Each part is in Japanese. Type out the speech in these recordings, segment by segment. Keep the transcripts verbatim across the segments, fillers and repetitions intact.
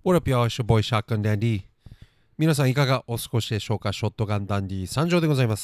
What up, y'all? It's your boy Shotgun Dandy. 皆さんいかがお過ごしでしょうか？ショットガンダンディ参上でございます。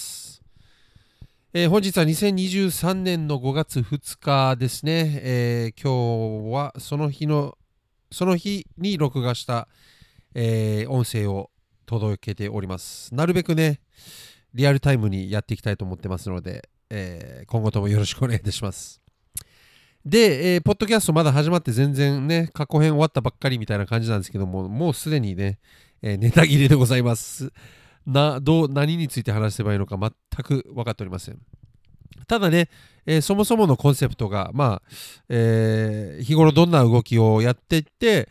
えー本日はにせんにじゅうさんねんのごがつふつかですね。えー今日はその日の、その日に録画した、えー音声を届けております。なるべくね、リアルタイムにやっていきたいと思ってますので、えー今後ともよろしくお願いいたします。で、えーポッドキャストまだ始まって全然ね、過去編終わったばっかりみたいな感じなんですけども、もうすでにね、えーネタ切れでございます。な、どう、何について話せばいいのか全く分かっておりません。ただね、えーそもそものコンセプトが、まあ、えー日頃どんな動きをやっていって、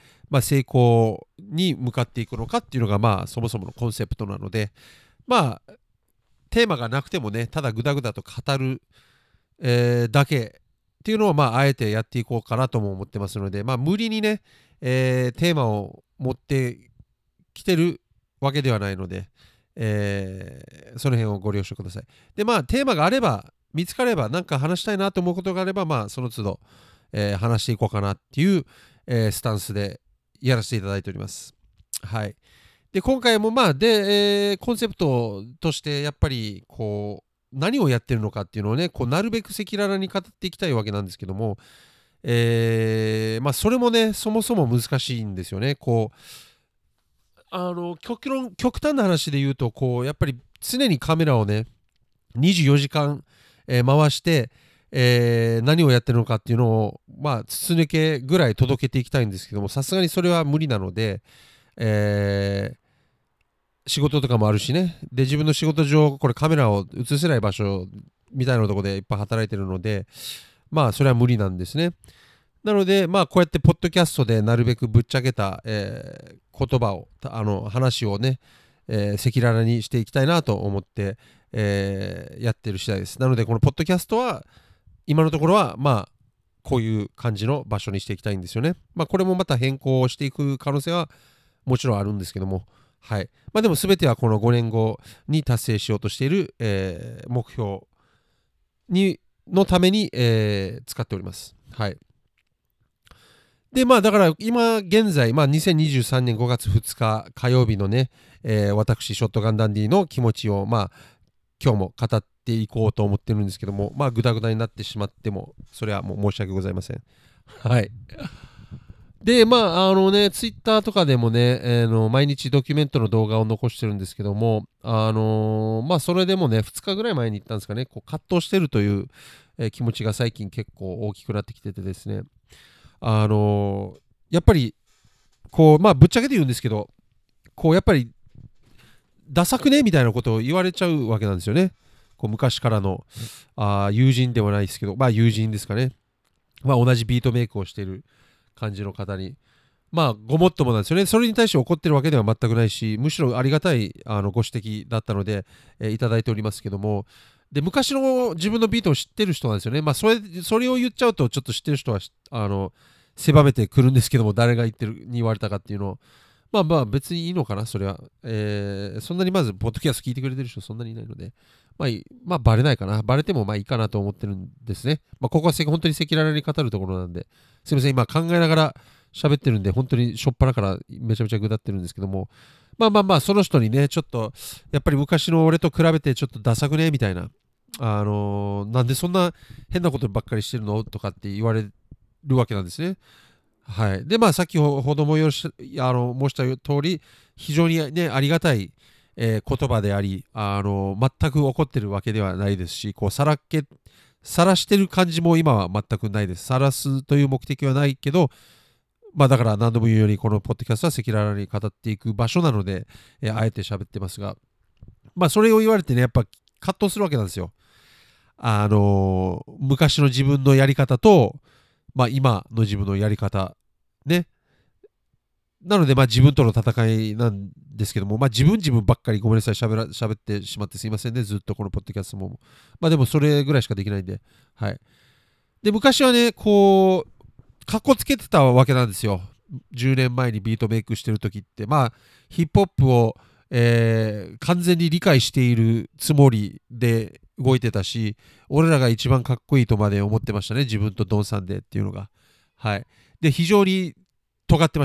まあ、成功に向かっていくのかっていうのが、まあ、そもそものコンセプトなので、まあ、テーマがなくてもね、ただぐだぐだと語る、えーだけっていうのを、まあ、あえてやっていこうかなとも思ってますので、まあ、無理にね、えーテーマを持ってきてるわけではないので、えーその辺をご了承ください。で、まあ、テーマがあれば、見つかれば、なんか話したいなと思うことがあれば、まあ、その都度、えー話していこうかなっていう、えースタンスでやらせていただいております。はい。で、今回もまあ、で、えーコンセプトとして、やっぱり、こう、何をやってるのかっていうのをね、こうなるべく赤裸々に語っていきたいわけなんですけども、えーまあ、それもね、そもそも難しいんですよね。こう、あの、極論、極端な話で言うと、こう、やっぱり常にカメラをね、にじゅうよじかん、えー回して、えー何をやってるのかっていうのを、まあ、筒抜けぐらい届けていきたいんですけども、さすがにそれは無理なので、えー仕事とかもあるしね。で、自分の仕事上、これカメラを映せない場所みたいなところでいっぱい働いてるので、まあ、それは無理なんですね。なので、まあ、こうやってポッドキャストでなるべくぶっちゃけた、えー言葉を、あの、話をね、えー赤裸々にしていきたいなと思って、えーやってる次第です。なので、このポッドキャストは、今のところは、まあ、こういう感じの場所にしていきたいんですよね。まあ、これもまた変更していく可能性はもちろんあるんですけども、はい。まあ、でも全てはこのごねんごに達成しようとしている、えー目標にのために、えー使っております。はい。で、まあ、だから今現在、まあ、にせんにじゅうさんねんごがつふつか火曜日のね、えー私、ショットガンダンディの気持ちを、まあ、今日も語っていこうと思ってるんですけども、まあ、ぐだぐだになってしまっても、それはもう申し訳ございません。はい。で、まあ、あのね、ツイッターとかでもね、えーの毎日ドキュメントの動画を残してるんですけども、あのーまあ、それでもね、ふつかぐらい前に言ったんですかね、こう葛藤してるという、えー気持ちが最近結構大きくなってきててですね、あのーやっぱり、こう、まあ、ぶっちゃけて言うんですけど、こう、やっぱり、ダサくねみたいなことを言われちゃうわけなんですよね。こう昔からのあー友人ではないですけど、まあ友人ですかね。まあ同じビートメイクをしている感じの方に、まあごもっともなんですよね。それに対して怒ってるわけでは全くないし、むしろありがたいあのご指摘だったので、えーいただいておりますけども、で昔の自分のビートを知ってる人なんですよね。まあそれそれを言っちゃうと、ちょっと知ってる人はあの狭めてくるんですけども、誰が言ってるに言われたかっていうのを。まあまあ別にいいのかな、それは。えーそんなにまず、ポッドキャスト聞いてくれてる人そんなにいないので、まあいい、まあバレないかな。バレてもまあいいかなと思ってるんですね。まあここはせ本当に赤裸々に語るところなんで、すいません、今考えながら喋ってるんで、本当にしょっぱなからめちゃめちゃぐだってるんですけども、まあまあまあ、その人にね、ちょっと、やっぱり昔の俺と比べてちょっとダサくねみたいな、あのーなんでそんな変なことばっかりしてるのとかって言われるわけなんですね。はい。で、まあ、先ほどもよしあの申した通り、非常にね、ありがたい、えー言葉であり、あの全く怒ってるわけではないですし、こう、さらけ、さらしてる感じも今は全くないです。さらすという目的はないけど、まあ、だから何度も言うように、このポッドキャストは赤裸々に語っていく場所なので、えーあえて喋ってますが、まあ、それを言われてね、やっぱ葛藤するわけなんですよ。あの昔の自分のやり方と、まあ、今の自分のやり方、ね。なので、まあ自分との戦いなんですけども、まあ自分自分ばっかりごめんなさい、喋ら喋ってしまってすいませんね、ずっとこのポッドキャストも。まあでもそれぐらいしかできないんで、はい。で、昔はね、こう、かっこつけてたわけなんですよ。じゅうねんまえにビートメイクしてる時って、まあ、ヒップホップを、えー完全に理解しているつもりで動いてたし、俺らが一番かっこいいとまで思ってましたね、自分とドンさんでっていうのが。はい。で、非常に尖ってました。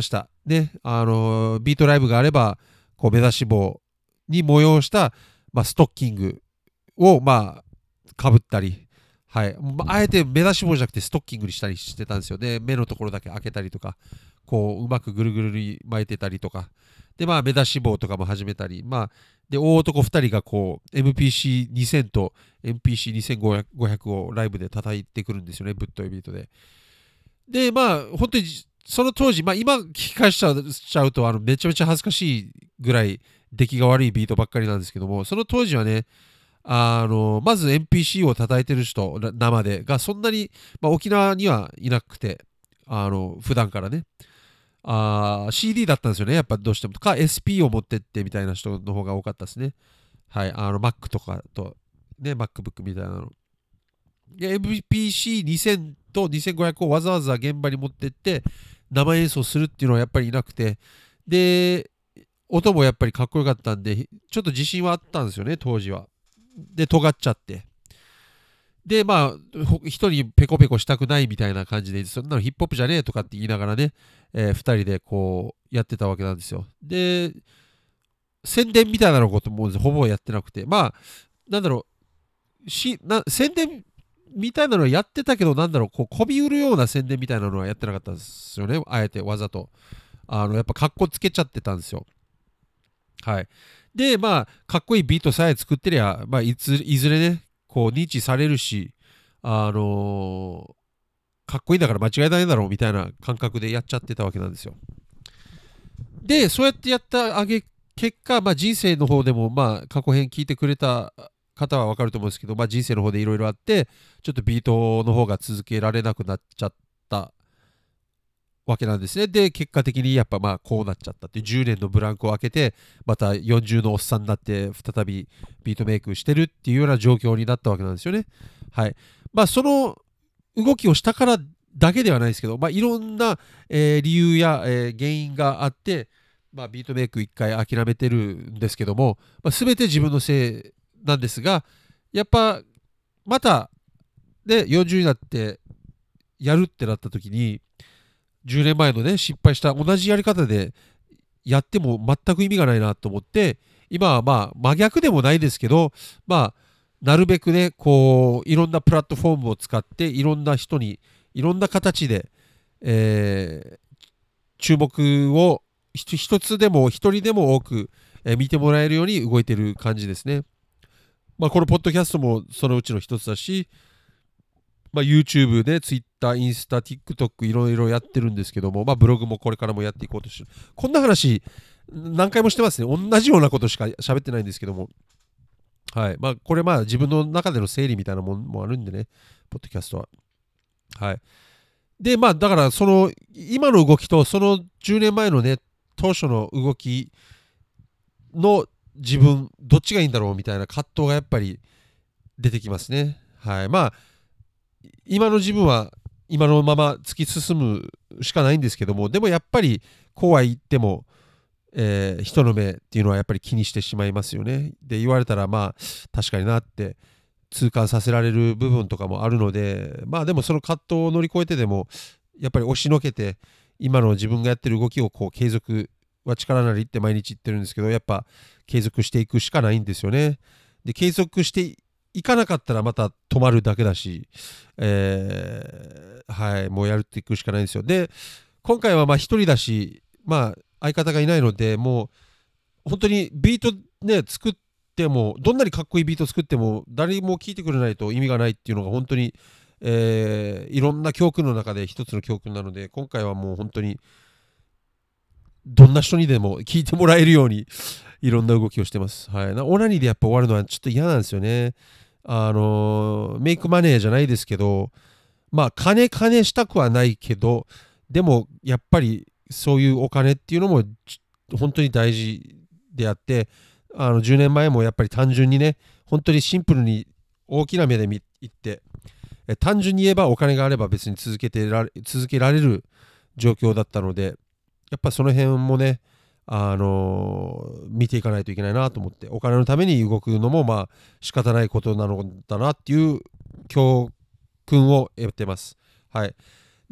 ね、あのビートライブがあれば、こう目出し帽に催した、まあ、ストッキングを、まあ、かぶったり、はい、まあ、あえて目出し帽じゃなくてストッキングにしたりしてたんですよ。で、目のところだけ開けたりとか、こう、うまくぐるぐるに巻いてたりとか、で、まあ、目出し帽とかも始めたり、まあ、で、大男ふたりがこう、エムピーシーにせん と エムピーシーにせんごひゃく をライブで叩いてくるんですよね、ぶっといビートで。で、まあ、本当に、その当時、まあ、今聞き返しちゃうちゃうと、あの、めちゃめちゃ恥ずかしいぐらい、出来が悪いビートばっかりなんですけども、その当時はね、あの、まず エムピーシー を叩いてる人、生で、がそんなに、まあ、沖縄にはいなくて、あの、普段からね、あー シーディー だったんですよね、やっぱどうしても。か、エスピー を持ってってみたいな人の方が多かったですね。はい、あの、Mac とかと、ね、MacBook みたいなの。エムピーシーにせん とにせんごひゃくをわざわざ現場に持ってって生演奏するっていうのはやっぱりいなくて、で、音もやっぱりかっこよかったんで、ちょっと自信はあったんですよね、当時は。で、尖っちゃって。で、まあ、一人にペコペコしたくないみたいな感じで、そんなのヒップホップじゃねえとかって言いながらね、えー、二人でこう、やってたわけなんですよ。で、宣伝みたいなのこともほぼやってなくて、まあ、なんだろう、しな宣伝みたいなのはやってたけど、なんだろう、こう、こび売るような宣伝みたいなのはやってなかったんですよね、あえてわざと。あの、やっぱ、かっこつけちゃってたんですよ。はい。で、まあ、かっこいいビートさえ作ってりゃ、まあ、いずいずれね、こう、認知されるし、あのーかっこいいんだから間違いないだろうみたいな感覚でやっちゃってたわけなんですよ。で、そうやってやったあげ、結果、まあ、人生の方でも、まあ、過去編聞いてくれた方はわかると思うんですけど、まあ、人生の方でいろいろあって、ちょっとビートの方が続けられなくなっちゃったわけなんですね。で、結果的にやっぱまあこうなっちゃったっていうじゅうねんのブランクを空けて、またよんじゅうのおっさんになって再びビートメイクしてるっていうような状況になったわけなんですよね。はい。まあその動きをしたからだけではないですけど、まあいろんな、えー理由や、えー原因があって、まあビートメイク一回諦めてるんですけども、まあ、全て自分のせいなんですが、やっぱまたでよんじゅうになってやるってなった時に、じゅうねんまえのね、失敗した同じやり方でやっても全く意味がないなと思って、今はまあ真逆でもないですけど、まあ、なるべくね、こう、いろんなプラットフォームを使って、いろんな人に、いろんな形で、えー注目をひ一つでも一人でも多く、えー見てもらえるように動いてる感じですね。まあ、このポッドキャストもそのうちの一つだし、まあ、YouTube で Twitter、インスタ、TikTok いろいろやってるんですけども、まあ、ブログもこれからもやっていこうとしてる。こんな話何回もしてますね。同じようなことしか喋ってないんですけども。はい。まあ、これまあ自分の中での整理みたいなもんもあるんでね、ポッドキャストは。はい。で、まあ、だからその今の動きとそのじゅうねんまえのね、当初の動きの自分、どっちがいいんだろうみたいな葛藤がやっぱり出てきますね。はい。まあ、今の自分は今のまま突き進むしかないんですけども、でもやっぱりこうは言っても、えー人の目っていうのはやっぱり気にしてしまいますよね。で言われたらまあ確かになって痛感させられる部分とかもあるので、まあでもその葛藤を乗り越えてでもやっぱり押しのけて今の自分がやってる動きをこう継続は力なりって毎日言ってるんですけど、やっぱ継続していくしかないんですよね。で継続していかなかったらまた止まるだけだし、えーはい、もうやるっていくしかないんですよ。で、今回はまあ一人だし、まあ相方がいないので、もう本当にビートね、作っても、どんなにかっこいいビート作っても、誰も聴いてくれないと意味がないっていうのが本当に、えーいろんな教訓の中で一つの教訓なので、今回はもう本当にどんな人にでも聞いてもらえるようにいろんな動きをしてます。はい。なオナニーでやっぱ終わるのはちょっと嫌なんですよね。あのーメイクマネーじゃないですけど、まあ、金金したくはないけど、でもやっぱりそういうお金っていうのもち本当に大事であって、あのじゅうねんまえもやっぱり単純にね、本当にシンプルに大きな目で見って、え単純に言えばお金があれば別に続けてられ続けられる状況だったので、やっぱその辺もね、あのー見ていかないといけないなと思って、お金のために動くのもまあ仕方ないことなのだなっていう教訓を得てます。はい。で、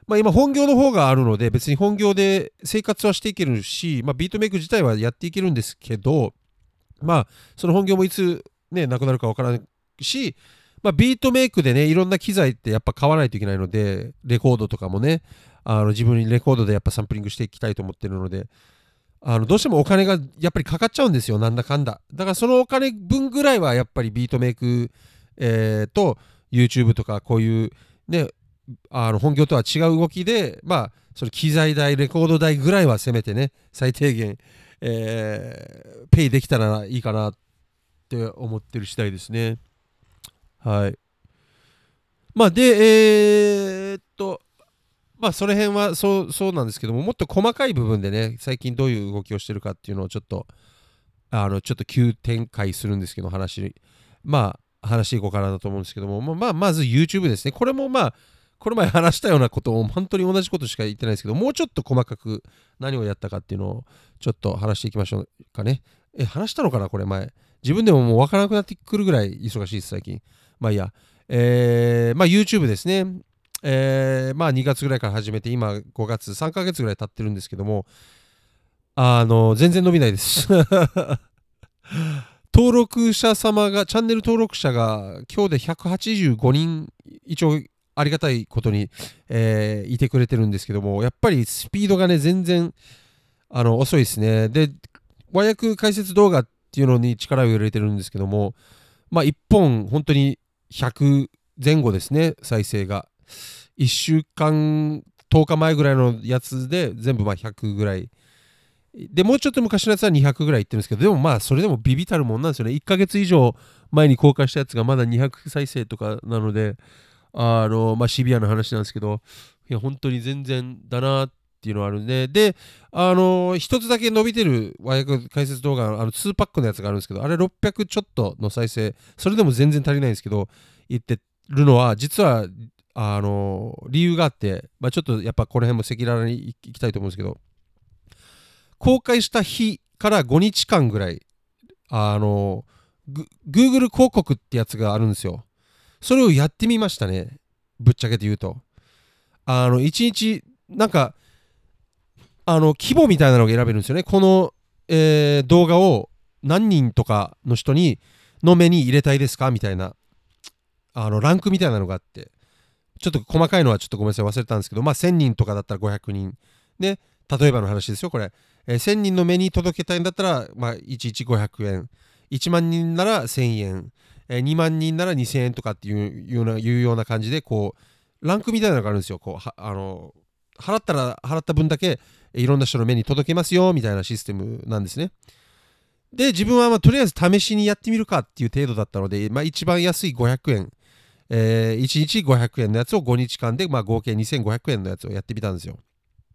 まあ今本業の方があるので別に本業で生活はしていけるし、まあビートメイク自体はやっていけるんですけど、まあその本業もいつね、なくなるかわからないし、まあビートメイクでね、いろんな機材ってやっぱ買わないといけないので、レコードとかもね、あの自分にレコードでやっぱサンプリングしていきたいと思ってるので、あのどうしてもお金がやっぱりかかっちゃうんですよ、なんだかんだ。だからそのお金分ぐらいはやっぱりビートメイク、えーと YouTube とかこういうね、あの本業とは違う動きで、まあ、その機材代、レコード代ぐらいはせめてね、最低限、えーペイできたらいいかなって思ってる次第ですね。はい。まあ、で、えーっと、まあ、その辺はそうそうなんですけども、もっと細かい部分でね、最近どういう動きをしてるかっていうのをちょっと、あの、ちょっと急展開するんですけど、話、まあ、話していこうかなと思うんですけども、まあ、まず YouTube ですね。これもまあ、この前話したようなことを本当に同じことしか言ってないですけど、もうちょっと細かく何をやったかっていうのをちょっと話していきましょうかね。え、話したのかなこれ前。自分でももうわからなくなってくるぐらい忙しいです、最近。まあいいや。えー、まあ YouTube ですね。えー、まあにがつぐらいから始めて、今ごがつ、さんかげつぐらい経ってるんですけども、あの、全然伸びないです。登録者様が、チャンネル登録者が今日でひゃくはちじゅうごにん、一応ありがたいことに、えーいてくれてるんですけども、やっぱりスピードがね、全然あの遅いですね。で、和訳解説動画っていうのに力を入れてるんですけども、まあいっぽん本当にひゃくぜん後ですね、再生が。いっしゅうかん、とおかまえぐらいのやつで全部まあひゃくぐらい。で、もうちょっと昔のやつはにひゃくぐらいいってるんですけど、でもまあそれでもビビたるもんなんですよね。いっかげつ以上前に公開したやつがまだにひゃく再生とかなので、あの、まあシビアな話なんですけど、いや、本当に全然だなっていうのはあるんで、で、あの、一つだけ伸びてる和訳解説動画、あの、にパックのやつがあるんですけど、あれろっぴゃくちょっとの再生、それでも全然足りないんですけど、言ってるのは、実は、あの、理由があって、まあちょっとやっぱこの辺も赤裸々に行きたいと思うんですけど、公開した日からごにちかんぐらい、あの、グ Google 広告ってやつがあるんですよ。それをやってみましたね。ぶっちゃけて言うと。あの、いちにち、なんか、あの、規模みたいなのが選べるんですよね。この、えー動画を何人とかの人に、の目に入れたいですかみたいな、あの、ランクみたいなのがあって、ちょっと細かいのはちょっとごめんなさい、忘れたんですけど、まあ、せんにんとかだったらごひゃくにん。ね、例えばの話ですよ、これ。えーせんにんの目に届けたいんだったら、まあ、いちいちごひゃくえん。いちまん人ならせんえん。えーにまん人ならにせんえんとかっていうようないうような感じで、こう、ランクみたいなのがあるんですよ。こうはあの払ったら払った分だけいろんな人の目に届けますよみたいなシステムなんですね。で、自分はまあとりあえず試しにやってみるかっていう程度だったので、まあ、一番安いごひゃくえん、えー、いちにちごひゃくえんのやつをごにちかんで、まあ、合計にせんごひゃくえんのやつをやってみたんですよ。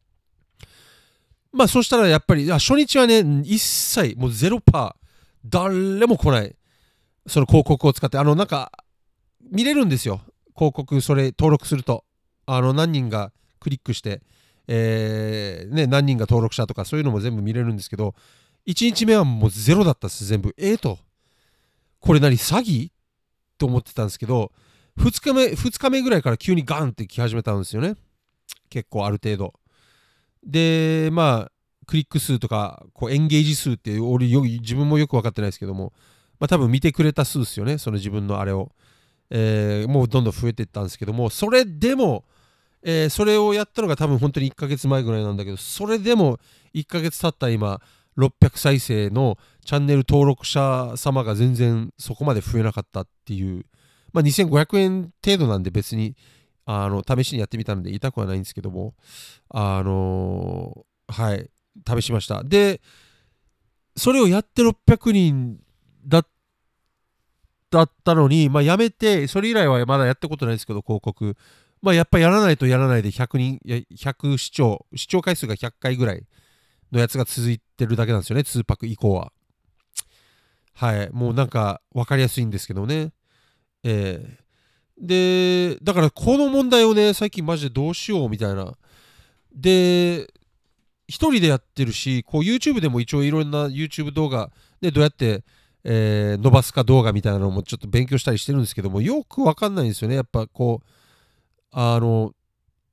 まあそしたらやっぱり、あ初日はね、一切もうゼロパー、誰も来ない。その広告を使って、あのなんか見れるんですよ。広告それ登録すると。あの何人がクリックして、えーね、何人が登録したとかそういうのも全部見れるんですけど、いちにちめはもうゼロだったです、全部。ええー、と。これ何詐欺と思ってたんですけど、ふつかめ、ふつかめぐらいから急にガンって来始めたんですよね。結構ある程度。で、まあ、クリック数とか、こうエンゲージ数って、俺よ、自分もよく分かってないですけども、まあ多分見てくれた数ですよね、その自分のあれを。えーもうどんどん増えていったんですけども、それでも、えーそれをやったのが多分本当にいっかげつまえぐらいなんだけど、それでもいっかげつ経った今、ろっぴゃく再生のチャンネル登録者様が全然そこまで増えなかったっていう、まあにせんごひゃくえん程度なんで別に、あの、試しにやってみたので痛くはないんですけども、あのーはい、試しました。で、それをやってろっぴゃくにんだっだったのに、まあ、やめて、それ以来はまだやったことないですけど、広告。まあ、やっぱやらないとやらないでひゃくにん、いやひゃく視聴、視聴回数がひゃっかいぐらいのやつが続いてるだけなんですよね、にパック以降は。はい。もうなんか分かりやすいんですけどね。えー、で、だからこの問題をね、最近マジでどうしようみたいな。で、一人でやってるし、こう YouTube でも一応いろんな YouTube 動画でどうやって、えー伸ばすか動画みたいなのもちょっと勉強したりしてるんですけども、よくわかんないんですよね。やっぱこう、あの、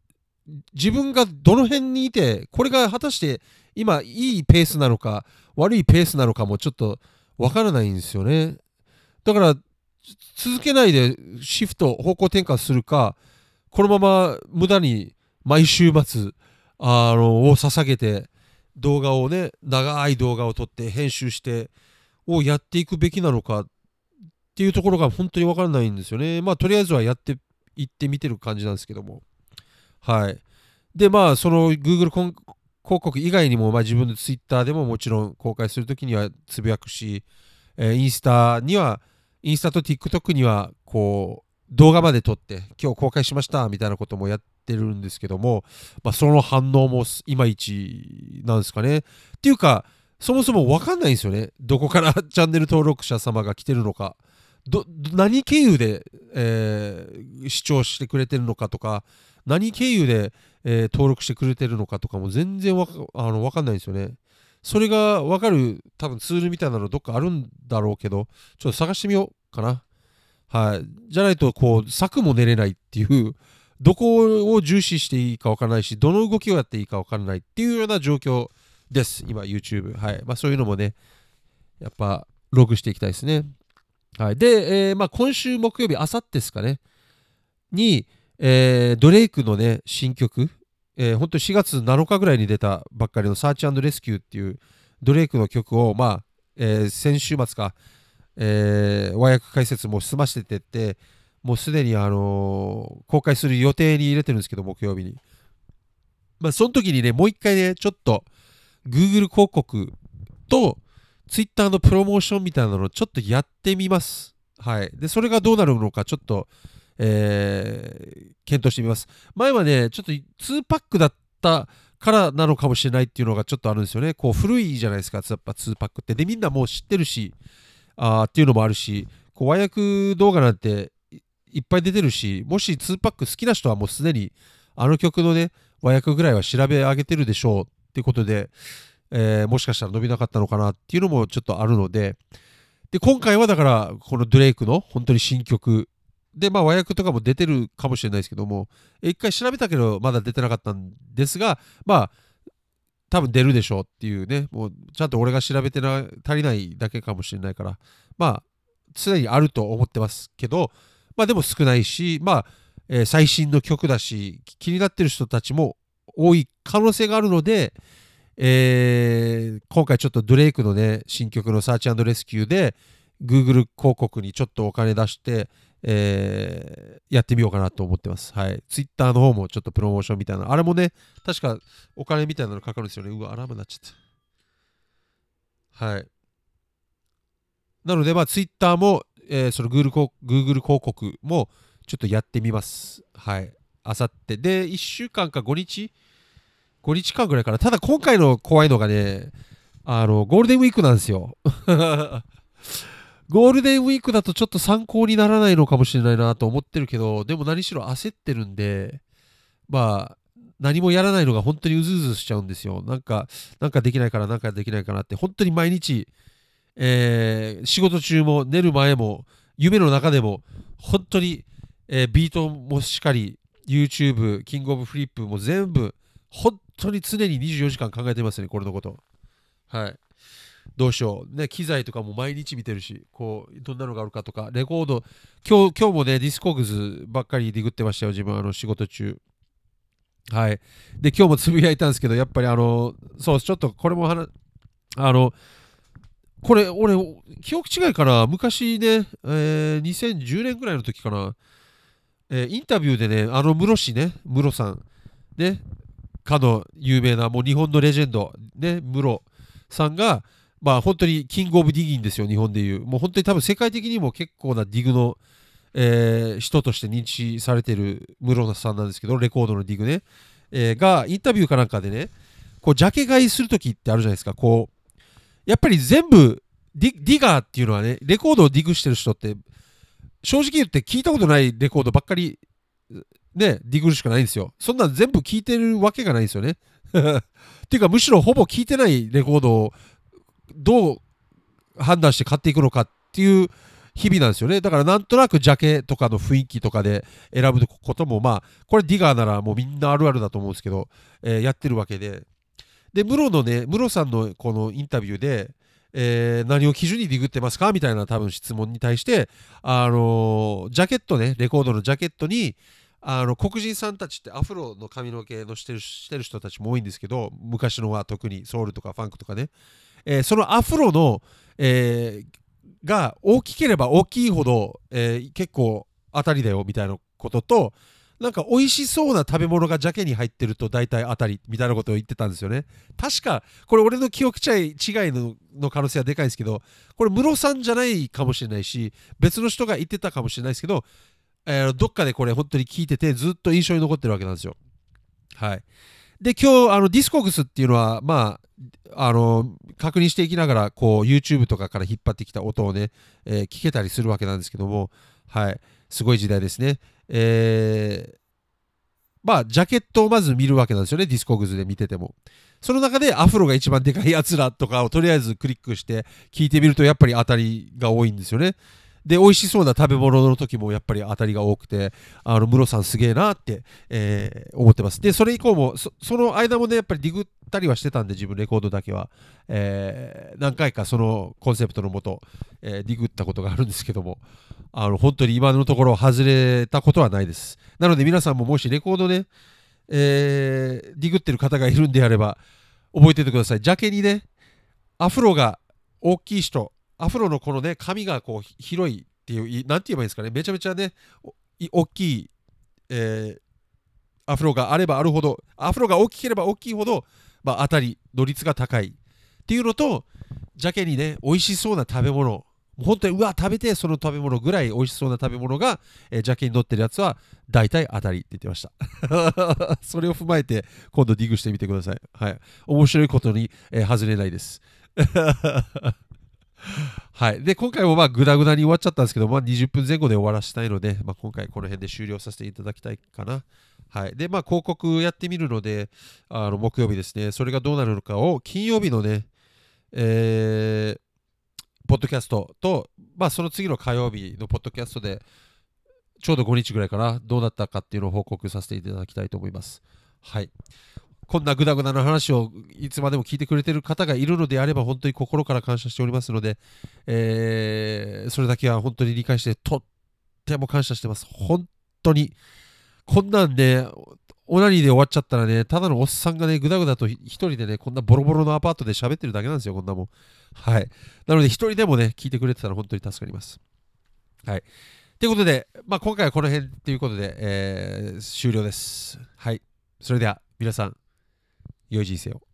自分がどの辺にいて、これが果たして今いいペースなのか悪いペースなのかもちょっとわからないんですよね。だから続けないでシフト方向転換するか、このまま無駄に毎週末あのを捧げて動画をね、長い動画を撮って編集してをやっていくべきなのかっていうところが本当にわからないんですよね。まあとりあえずはやっていってみてる感じなんですけども。はい。で、まあその Google 広告以外にも、まあ、自分の Twitter でももちろん公開するときにはつぶやくし、えーインスタには、インスタと TikTok にはこう動画まで撮って今日公開しましたみたいなこともやってるんですけども、まあ、その反応もいまいちなんですかね。っていうか、そもそも分かんないんですよね。どこからチャンネル登録者様が来てるのか。ど何経由で、えー視聴してくれてるのかとか、何経由で、えー登録してくれてるのかとかも全然わかあの分かんないんですよね。それが分かる多分ツールみたいなのどっかあるんだろうけど、ちょっと探してみようかな。はい。じゃないと、こう、策も練れないっていう、どこを重視していいか分からないし、どの動きをやっていいか分からないっていうような状況です。今、YouTube。はい。まあ、そういうのもね、やっぱ、ログしていきたいですね。はい。で、えーまあ、今週木曜日、あさってですかね、に、えードレイクのね、新曲、えー、本当にしがつなのかぐらいに出たばっかりのサーチレスキューっていうドレイクの曲を、まあ、えー先週末か、えー和訳解説も済ませてって、もうすでに、あのー公開する予定に入れてるんですけど、木曜日に。まあ、その時にね、もう一回ね、ちょっと Google 広告と Twitter のプロモーションみたいなのをちょっとやってみます。はい。で、それがどうなるのか、ちょっと、えー検討してみます。前はね、ちょっとにパックだったからなのかもしれないっていうのがちょっとあるんですよね。こう、古いじゃないですか、やっぱにパックって。で、みんなもう知ってるし、あーっていうのもあるし、こう和訳動画なんていいっぱい出てるし、もしにパック好きな人はもうすでにあの曲のね、和訳ぐらいは調べ上げてるでしょうっていうことで、えーもしかしたら伸びなかったのかなっていうのもちょっとあるので、で、今回はだから、このドレイクの本当に新曲で、まあ和訳とかも出てるかもしれないですけども、一回調べたけどまだ出てなかったんですが、まあ、多分出るでしょうっていうね、もうちゃんと俺が調べてな足りないだけかもしれないから、まあ、常にあると思ってますけど、まあでも少ないし、まあ、えー最新の曲だし、気になってる人たちも多い可能性があるので、えー今回ちょっとドレイクのね、新曲のサーチレスキューで、Google 広告にちょっとお金出して、えーやってみようかなと思ってます。はい。Twitter の方もちょっとプロモーションみたいな。あれもね、確かお金みたいなのかかるんですよね。うわ、アラームになっちゃった。はい。なので、まあ、Twitter も、えーその Google 広 Google 広告もちょっとやってみます。はい。あさって。で、いっしゅうかんかごにち ?ご 日間ぐらいかな。ただ今回の怖いのがね、あの、ゴールデンウィークなんですよ。ゴールデンウィークだとちょっと参考にならないのかもしれないなと思ってるけど、でも何しろ焦ってるんで、まあ、何もやらないのが本当にうずうずしちゃうんですよ。なんか、なんかできないから、なんかできないかなって、本当に毎日、えー仕事中も寝る前も、夢の中でも、本当に、えービートもしっかり、YouTube、キングオブフリップも全部、本当に常ににじゅうよじかん考えてますね、これのこと。はい。どうしよう。ね、機材とかも毎日見てるし、こう、どんなのがあるかとか、レコード、今日、今日もね、ディスコグズばっかりディグってましたよ、自分、あの、仕事中。はい。で、今日もつぶやいたんですけど、やっぱりあの、そう、ちょっとこれも話、あの、これ、俺、記憶違いかな、昔ね、えーにせんじゅうねんぐらいの時かな、えーインタビューでね、あの室氏ね、室さん、ね、かの有名な、もう日本のレジェンド、ね、室さんが、まあ本当にキングオブディギンですよ、日本でいう。もう本当に多分世界的にも結構なディグの、えー人として認知されている室さんなんですけど、レコードのディグね、えーが、インタビューかなんかでね、こう、ジャケ買いするときってあるじゃないですか、こう、やっぱり全部ディ、ディガーっていうのはね、レコードをディグしてる人って、正直言って聞いたことないレコードばっかり、ね、ディグるしかないんですよ。そんなん全部聞いてるわけがないんですよね。っていうか、むしろほぼ聞いてないレコードをどう判断して買っていくのかっていう日々なんですよね。だからなんとなくジャケとかの雰囲気とかで選ぶことも、まあ、これディガーならもうみんなあるあるだと思うんですけど、えーやってるわけで。で、ムロのね、ムロさんのこのインタビューで、えー何を基準にディグってますかみたいな多分質問に対して、あのージャケットね、レコードのジャケットに、あの黒人さんたちってアフロの髪の毛のしてるしてる人たちも多いんですけど、昔のは特にソウルとかファンクとかね、えーそのアフロの、えーが大きければ大きいほど、えー結構当たりだよみたいなことと、なんか美味しそうな食べ物がジャケに入ってると大体当たりみたいなことを言ってたんですよね。確か、これ俺の記憶違い違いのの可能性はでかいんですけど、これムロさんじゃないかもしれないし、別の人が言ってたかもしれないですけど、えーどっかでこれ本当に聞いててずっと印象に残ってるわけなんですよ。はい。で、今日、あの、ディスコグスっていうのは、まあ、あの、確認していきながら、こう、YouTube とかから引っ張ってきた音をね、えー聞けたりするわけなんですけども、はい。すごい時代ですね。えーまあ、ジャケットをまず見るわけなんですよね、ディスコグズで見てても。その中でアフロが一番でかいやつらとかをとりあえずクリックして聞いてみると、やっぱり当たりが多いんですよね。で、美味しそうな食べ物の時もやっぱり当たりが多くて、あの、ムロさんすげえなって、えー思ってます。で、それ以降もそ、その間もね、やっぱりディグったりはしてたんで、自分レコードだけは。えー何回かそのコンセプトのもと、えーディグったことがあるんですけども、あの、本当に今のところ外れたことはないです。なので皆さんももしレコードね、えーディグってる方がいるんであれば、覚えておいてください。ジャケにね、アフロが大きい人、アフロのこのね、髪がこう広いっていう、なんて言えばいいんですかね、めちゃめちゃね、お大きい、えーアフロがあればあるほど、アフロが大きければ大きいほど、まあ、当たりの率が高いっていうのと、ジャケにね、美味しそうな食べ物、本当にうわ食べてその食べ物ぐらい美味しそうな食べ物が、えージャケに乗ってるやつは大体当たりって言ってましたそれを踏まえて今度ディグしてみてください。はい、面白いことに、えー外れないですはい。で、今回もまあグダグダに終わっちゃったんですけど、まあ、にじゅっぷんぜん後で終わらせたいので、まあ、今回この辺で終了させていただきたいかな。はい。で、まあ、広告やってみるので、あの木曜日ですね、それがどうなるのかを金曜日のね、えーポッドキャストと、まあ、その次の火曜日のポッドキャストで、ちょうどごにちぐらいかな、どうなったかっていうのを報告させていただきたいと思います。はい。こんなグダグダな話をいつまでも聞いてくれてる方がいるのであれば、本当に心から感謝しておりますので、えーそれだけは本当に理解して、とっても感謝してます。本当に。こんなんね、オナニーで終わっちゃったらね、ただのおっさんがね、ぐだぐだと一人でね、こんなボロボロのアパートで喋ってるだけなんですよ、こんなもん。はい。なので、一人でもね、聞いてくれてたら本当に助かります。はい。ということで、まあ、今回はこの辺ということで、えー終了です。はい。それでは、皆さん、良い人生を。